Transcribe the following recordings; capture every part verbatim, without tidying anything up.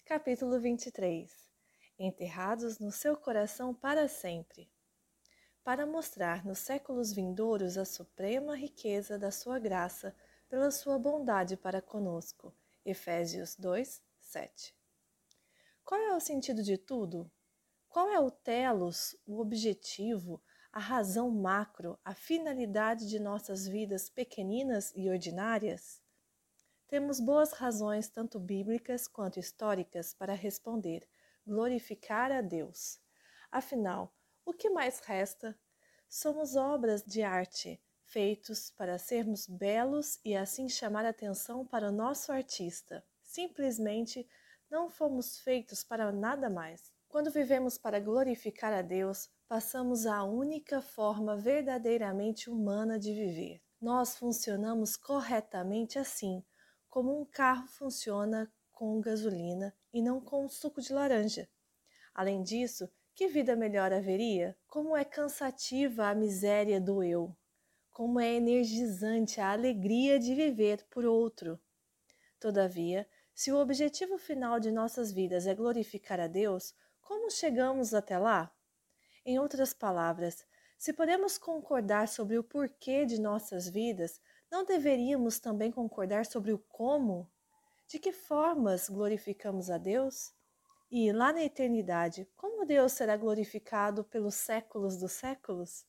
Capítulo vinte e três. Enterrados no seu coração para sempre, para mostrar nos séculos vindouros a suprema riqueza da sua graça pela sua bondade para conosco. Efésios dois, sete. Qual é o sentido de tudo? Qual é o telos, o objetivo, a razão macro, a finalidade de nossas vidas pequeninas e ordinárias? Temos boas razões, tanto bíblicas quanto históricas, para responder: glorificar a Deus. Afinal, o que mais resta? Somos obras de arte, feitos para sermos belos e assim chamar atenção para o nosso artista. Simplesmente não fomos feitos para nada mais. Quando vivemos para glorificar a Deus, passamos à única forma verdadeiramente humana de viver. Nós funcionamos corretamente assim, como um carro funciona com gasolina e não com suco de laranja. Além disso, que vida melhor haveria? Como é cansativa a miséria do eu. Como é energizante a alegria de viver por outro. Todavia, se o objetivo final de nossas vidas é glorificar a Deus, como chegamos até lá? Em outras palavras, se podemos concordar sobre o porquê de nossas vidas, não deveríamos também concordar sobre o como? De que formas glorificamos a Deus? E, lá na eternidade, como Deus será glorificado pelos séculos dos séculos?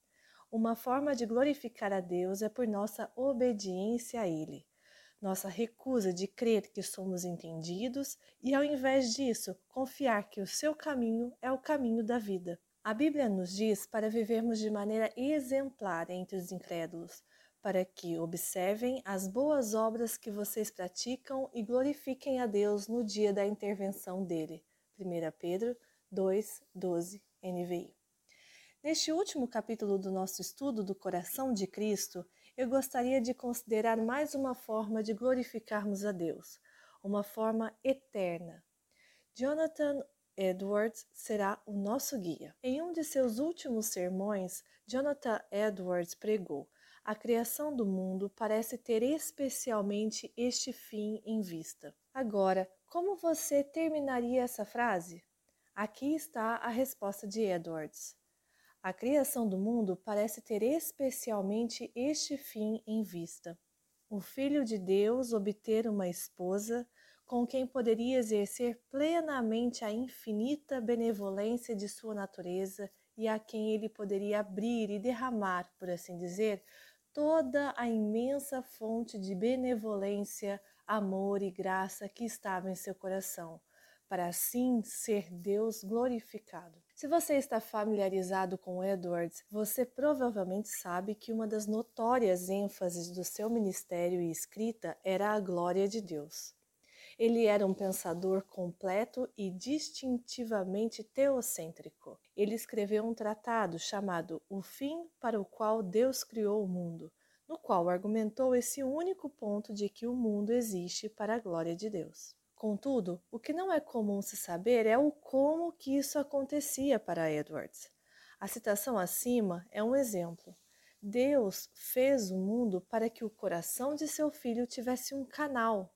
Uma forma de glorificar a Deus é por nossa obediência a Ele, nossa recusa de crer que somos entendidos e, ao invés disso, confiar que o seu caminho é o caminho da vida. A Bíblia nos diz para vivermos de maneira exemplar entre os incrédulos, para que observem as boas obras que vocês praticam e glorifiquem a Deus no dia da intervenção dele. primeira Pedro dois, doze, N V I. Neste último capítulo do nosso estudo do coração de Cristo, eu gostaria de considerar mais uma forma de glorificarmos a Deus, uma forma eterna. Jonathan Edwards será o nosso guia. Em um de seus últimos sermões, Jonathan Edwards pregou: a criação do mundo parece ter especialmente este fim em vista. Agora, como você terminaria essa frase? Aqui está a resposta de Edwards. A criação do mundo parece ter especialmente este fim em vista: o Filho de Deus obter uma esposa com quem poderia exercer plenamente a infinita benevolência de sua natureza e a quem ele poderia abrir e derramar, por assim dizer, toda a imensa fonte de benevolência, amor e graça que estava em seu coração, para assim ser Deus glorificado. Se você está familiarizado com Edwards, você provavelmente sabe que uma das notórias ênfases do seu ministério e escrita era a glória de Deus. Ele era um pensador completo e distintivamente teocêntrico. Ele escreveu um tratado chamado O Fim para o Qual Deus Criou o Mundo, no qual argumentou esse único ponto de que o mundo existe para a glória de Deus. Contudo, o que não é comum se saber é o como que isso acontecia para Edwards. A citação acima é um exemplo. Deus fez o mundo para que o coração de seu filho tivesse um canal.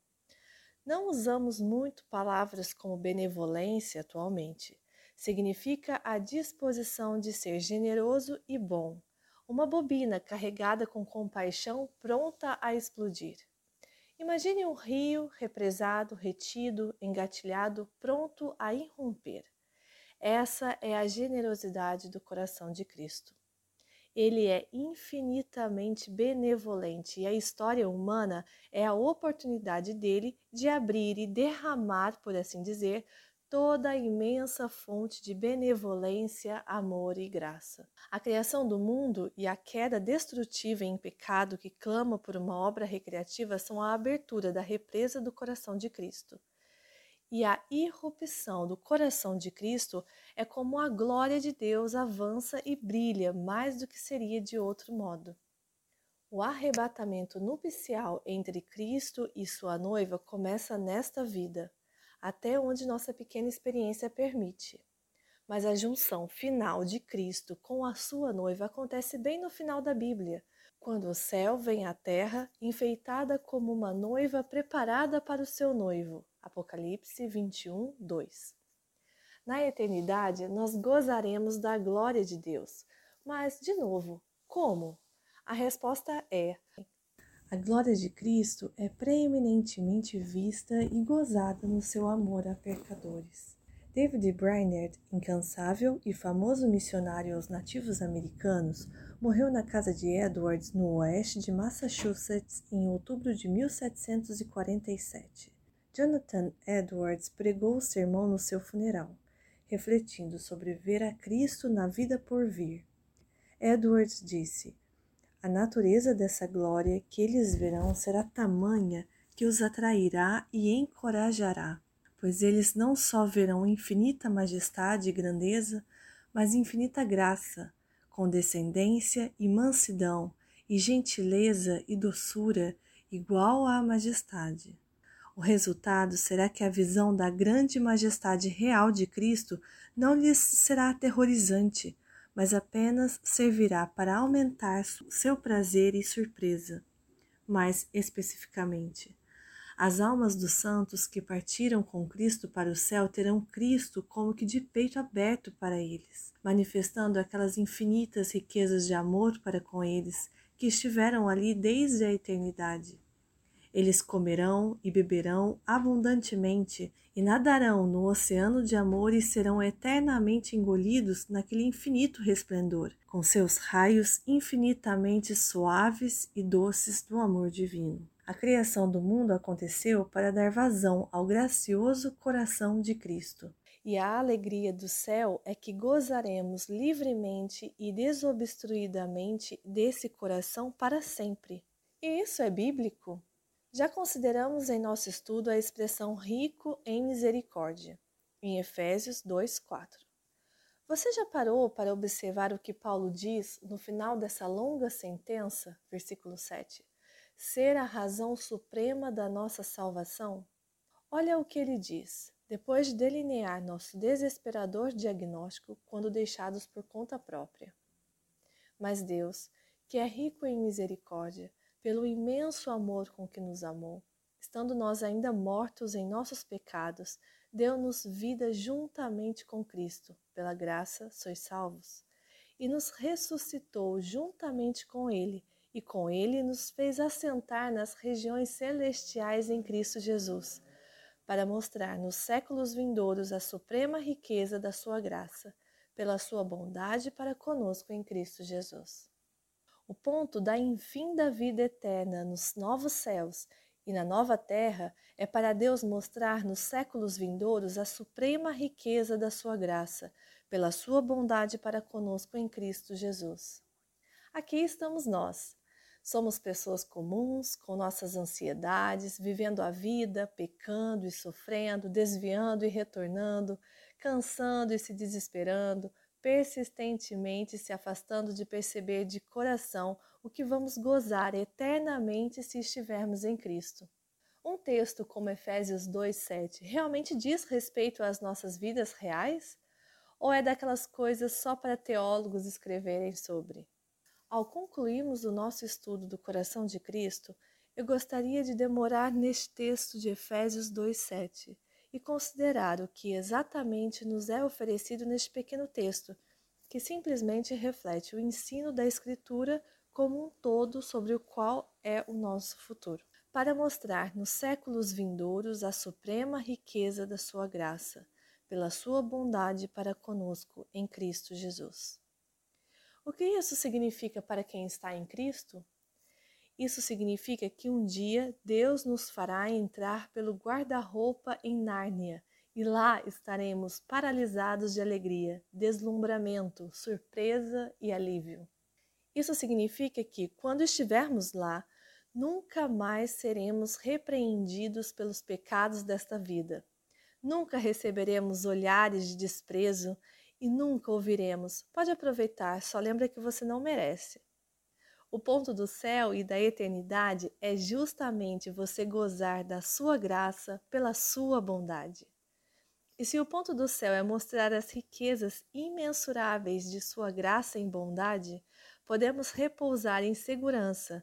Não usamos muito palavras como benevolência atualmente. Significa a disposição de ser generoso e bom, uma bobina carregada com compaixão pronta a explodir. Imagine um rio represado, retido, engatilhado, pronto a irromper. Essa é a generosidade do coração de Cristo. Ele é infinitamente benevolente e a história humana é a oportunidade dele de abrir e derramar, por assim dizer, toda a imensa fonte de benevolência, amor e graça. A criação do mundo e a queda destrutiva em pecado que clama por uma obra recreativa são a abertura da represa do coração de Cristo. E a irrupção do coração de Cristo é como a glória de Deus avança e brilha mais do que seria de outro modo. O arrebatamento nupcial entre Cristo e sua noiva começa nesta vida, até onde nossa pequena experiência permite. Mas a junção final de Cristo com a sua noiva acontece bem no final da Bíblia, quando o céu vem à terra enfeitada como uma noiva preparada para o seu noivo. Apocalipse vinte e um, dois. Na eternidade, nós gozaremos da glória de Deus. Mas, de novo, como? A resposta é: a glória de Cristo é preeminentemente vista e gozada no seu amor a pecadores. David Brainerd, incansável e famoso missionário aos nativos americanos, morreu na casa de Edwards, no oeste de Massachusetts, em outubro de mil setecentos e quarenta e sete. Jonathan Edwards pregou o sermão no seu funeral, refletindo sobre ver a Cristo na vida por vir. Edwards disse: a natureza dessa glória que eles verão será tamanha que os atrairá e encorajará, pois eles não só verão infinita majestade e grandeza, mas infinita graça, condescendência e mansidão, e gentileza e doçura igual à majestade. O resultado será que a visão da grande majestade real de Cristo não lhes será aterrorizante, mas apenas servirá para aumentar seu prazer e surpresa. Mais especificamente, as almas dos santos que partiram com Cristo para o céu terão Cristo como que de peito aberto para eles, manifestando aquelas infinitas riquezas de amor para com eles que estiveram ali desde a eternidade. Eles comerão e beberão abundantemente e nadarão no oceano de amor e serão eternamente engolidos naquele infinito resplendor, com seus raios infinitamente suaves e doces do amor divino. A criação do mundo aconteceu para dar vazão ao gracioso coração de Cristo. E a alegria do céu é que gozaremos livremente e desobstruidamente desse coração para sempre. E isso é bíblico? Já consideramos em nosso estudo a expressão rico em misericórdia, em Efésios dois, quatro. Você já parou para observar o que Paulo diz no final dessa longa sentença, versículo sete? Ser a razão suprema da nossa salvação? Olha o que ele diz, depois de delinear nosso desesperador diagnóstico quando deixados por conta própria. Mas Deus, que é rico em misericórdia, pelo imenso amor com que nos amou, estando nós ainda mortos em nossos pecados, deu-nos vida juntamente com Cristo, pela graça sois salvos, e nos ressuscitou juntamente com Ele, e com Ele nos fez assentar nas regiões celestiais em Cristo Jesus, para mostrar nos séculos vindouros a suprema riqueza da sua graça, pela sua bondade para conosco em Cristo Jesus. O ponto da infinda vida eterna nos novos céus e na nova terra é para Deus mostrar nos séculos vindouros a suprema riqueza da sua graça, pela sua bondade para conosco em Cristo Jesus. Aqui estamos nós. Somos pessoas comuns, com nossas ansiedades, vivendo a vida, pecando e sofrendo, desviando e retornando, cansando e se desesperando, persistentemente se afastando de perceber de coração o que vamos gozar eternamente se estivermos em Cristo. Um texto como Efésios dois, sete realmente diz respeito às nossas vidas reais? Ou é daquelas coisas só para teólogos escreverem sobre? Ao concluirmos o nosso estudo do coração de Cristo, eu gostaria de demorar neste texto de Efésios dois, sete e considerar o que exatamente nos é oferecido neste pequeno texto, que simplesmente reflete o ensino da Escritura como um todo sobre o qual é o nosso futuro, para mostrar nos séculos vindouros a suprema riqueza da sua graça, pela sua bondade para conosco em Cristo Jesus. O que isso significa para quem está em Cristo? Isso significa que um dia Deus nos fará entrar pelo guarda-roupa em Nárnia e lá estaremos paralisados de alegria, deslumbramento, surpresa e alívio. Isso significa que, quando estivermos lá, nunca mais seremos repreendidos pelos pecados desta vida. Nunca receberemos olhares de desprezo e nunca ouviremos: pode aproveitar, só lembra que você não merece. O ponto do céu e da eternidade é justamente você gozar da sua graça pela sua bondade. E se o ponto do céu é mostrar as riquezas imensuráveis de sua graça em bondade, podemos repousar em segurança,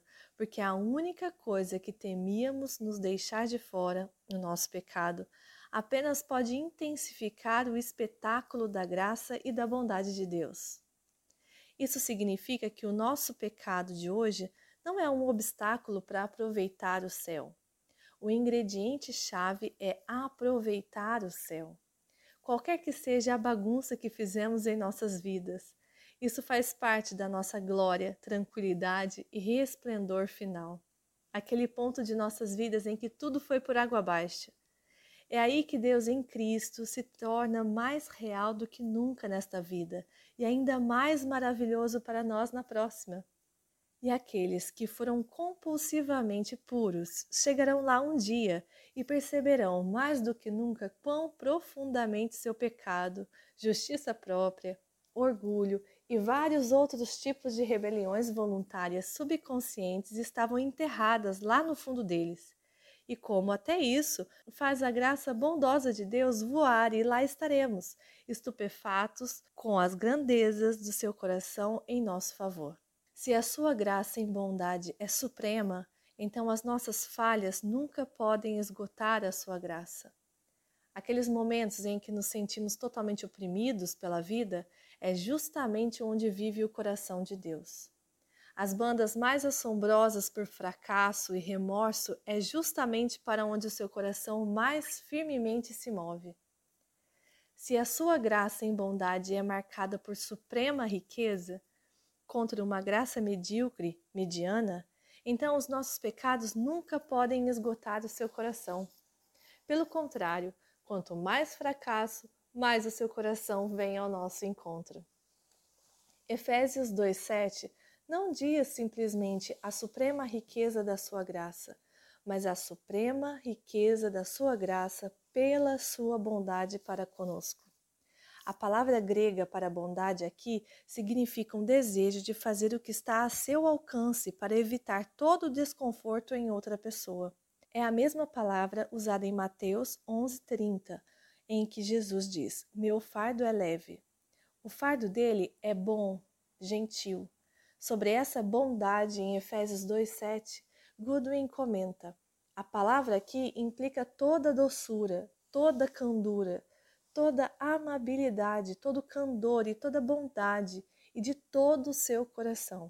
porque a única coisa que temíamos nos deixar de fora, o nosso pecado, apenas pode intensificar o espetáculo da graça e da bondade de Deus. Isso significa que o nosso pecado de hoje não é um obstáculo para aproveitar o céu. O ingrediente-chave é aproveitar o céu. Qualquer que seja a bagunça que fizemos em nossas vidas, isso faz parte da nossa glória, tranquilidade e resplendor final. Aquele ponto de nossas vidas em que tudo foi por água abaixo. É aí que Deus em Cristo se torna mais real do que nunca nesta vida e ainda mais maravilhoso para nós na próxima. E aqueles que foram compulsivamente puros chegarão lá um dia e perceberão mais do que nunca quão profundamente seu pecado, justiça própria, orgulho e vários outros tipos de rebeliões voluntárias subconscientes estavam enterradas lá no fundo deles. E como até isso faz a graça bondosa de Deus voar, e lá estaremos, estupefatos com as grandezas do seu coração em nosso favor. Se a sua graça em bondade é suprema, então as nossas falhas nunca podem esgotar a sua graça. Aqueles momentos em que nos sentimos totalmente oprimidos pela vida é justamente onde vive o coração de Deus. As bandas mais assombrosas por fracasso e remorso é justamente para onde o seu coração mais firmemente se move. Se a sua graça em bondade é marcada por suprema riqueza, contra uma graça medíocre, mediana, então os nossos pecados nunca podem esgotar o seu coração. Pelo contrário, quanto mais fracasso, mais o seu coração vem ao nosso encontro. Efésios dois, sete não diz simplesmente a suprema riqueza da sua graça, mas a suprema riqueza da sua graça pela sua bondade para conosco. A palavra grega para bondade aqui significa um desejo de fazer o que está a seu alcance para evitar todo o desconforto em outra pessoa. É a mesma palavra usada em Mateus onze, trinta, em que Jesus diz: "Meu fardo é leve". O fardo dele é bom, gentil. Sobre essa bondade em Efésios dois, sete, Goodwin comenta: a palavra aqui implica toda doçura, toda candura, toda amabilidade, todo candor e toda bondade, e de todo o seu coração.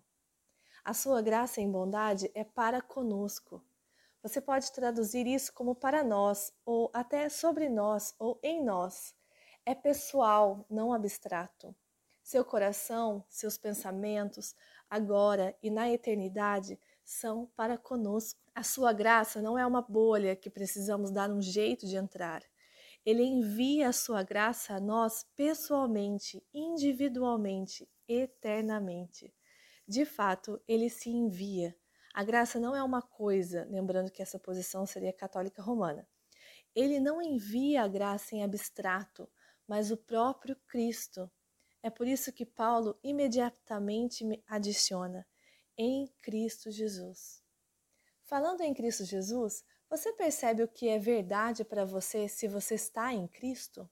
A sua graça em bondade é para conosco. Você pode traduzir isso como para nós, ou até sobre nós, ou em nós. É pessoal, não abstrato. Seu coração, seus pensamentos, agora e na eternidade, são para conosco. A sua graça não é uma bolha que precisamos dar um jeito de entrar. Ele envia a sua graça a nós pessoalmente, individualmente, eternamente. De fato, ele se envia. A graça não é uma coisa, lembrando que essa posição seria católica romana. Ele não envia a graça em abstrato, mas o próprio Cristo. É por isso que Paulo imediatamente adiciona: em Cristo Jesus. Falando em Cristo Jesus, você percebe o que é verdade para você se você está em Cristo?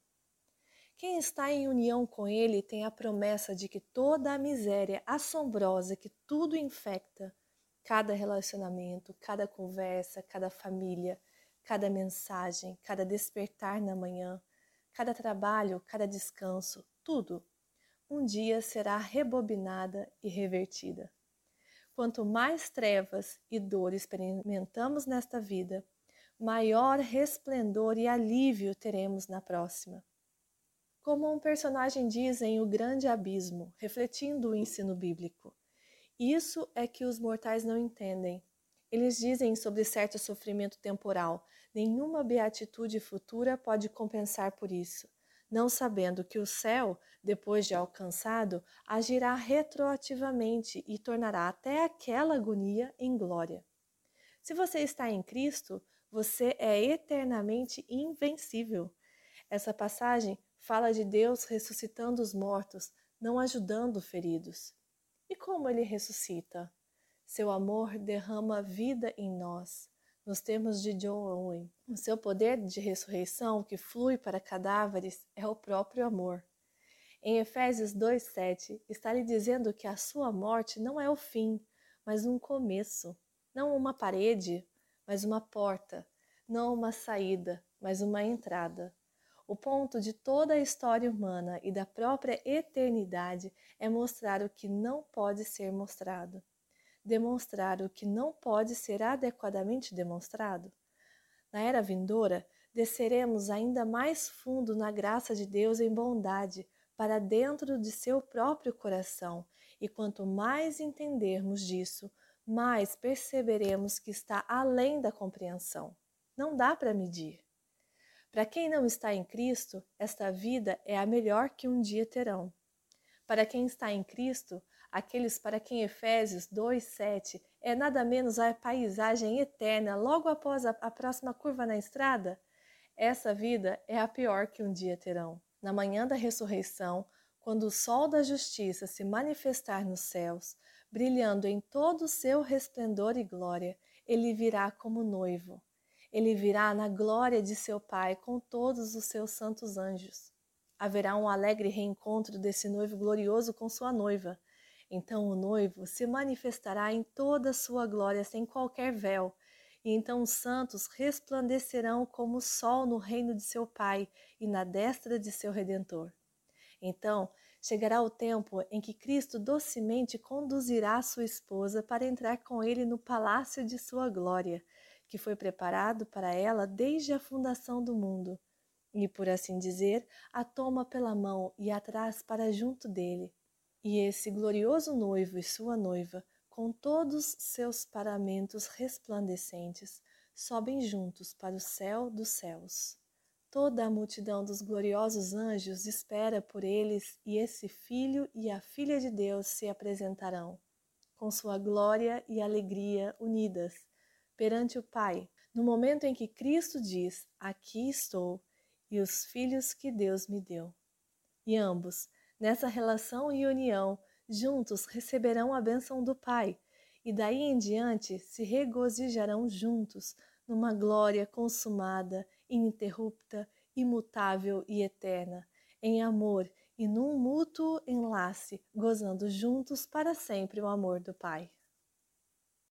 Quem está em união com Ele tem a promessa de que toda a miséria assombrosa que tudo infecta, cada relacionamento, cada conversa, cada família, cada mensagem, cada despertar na manhã, cada trabalho, cada descanso, tudo, um dia será rebobinada e revertida. Quanto mais trevas e dor experimentamos nesta vida, maior resplendor e alívio teremos na próxima. Como um personagem diz em O Grande Abismo, refletindo o ensino bíblico: isso é que os mortais não entendem. Eles dizem sobre certo sofrimento temporal: nenhuma beatitude futura pode compensar por isso, não sabendo que o céu, depois de alcançado, agirá retroativamente e tornará até aquela agonia em glória. Se você está em Cristo, você é eternamente invencível. Essa passagem fala de Deus ressuscitando os mortos, não ajudando feridos. E como ele ressuscita? Seu amor derrama vida em nós. Nos termos de John Owen, o seu poder de ressurreição que flui para cadáveres é o próprio amor. Em Efésios dois, sete, está lhe dizendo que a sua morte não é o fim, mas um começo. não uma parede, mas uma porta, não uma saída, mas uma entrada. O ponto de toda a história humana e da própria eternidade é mostrar o que não pode ser mostrado, demonstrar o que não pode ser adequadamente demonstrado. Na era vindoura, desceremos ainda mais fundo na graça de Deus em bondade, para dentro de seu próprio coração, e quanto mais entendermos disso, mais perceberemos que está além da compreensão. Não dá para medir. Para quem não está em Cristo, esta vida é a melhor que um dia terão. Para quem está em Cristo, aqueles para quem Efésios dois, sete é nada menos a paisagem eterna logo após a, a próxima curva na estrada, essa vida é a pior que um dia terão. Na manhã da ressurreição, quando o sol da justiça se manifestar nos céus, brilhando em todo o seu resplendor e glória, ele virá como noivo. Ele virá na glória de seu Pai com todos os seus santos anjos. Haverá um alegre reencontro desse noivo glorioso com sua noiva. Então o noivo se manifestará em toda a sua glória sem qualquer véu, e então os santos resplandecerão como o sol no reino de seu Pai e na destra de seu Redentor. Então chegará o tempo em que Cristo docemente conduzirá sua esposa para entrar com ele no palácio de sua glória, que foi preparado para ela desde a fundação do mundo. E, por assim dizer, a toma pela mão e a traz para junto dele. E esse glorioso noivo e sua noiva, com todos seus paramentos resplandecentes, sobem juntos para o céu dos céus. Toda a multidão dos gloriosos anjos espera por eles, e esse Filho e a Filha de Deus se apresentarão, com sua glória e alegria unidas, perante o Pai, no momento em que Cristo diz: aqui estou, e os filhos que Deus me deu. E ambos, nessa relação e união, juntos receberão a bênção do Pai, e daí em diante se regozijarão juntos numa glória consumada, ininterrupta, imutável e eterna, em amor e num mútuo enlace, gozando juntos para sempre o amor do Pai.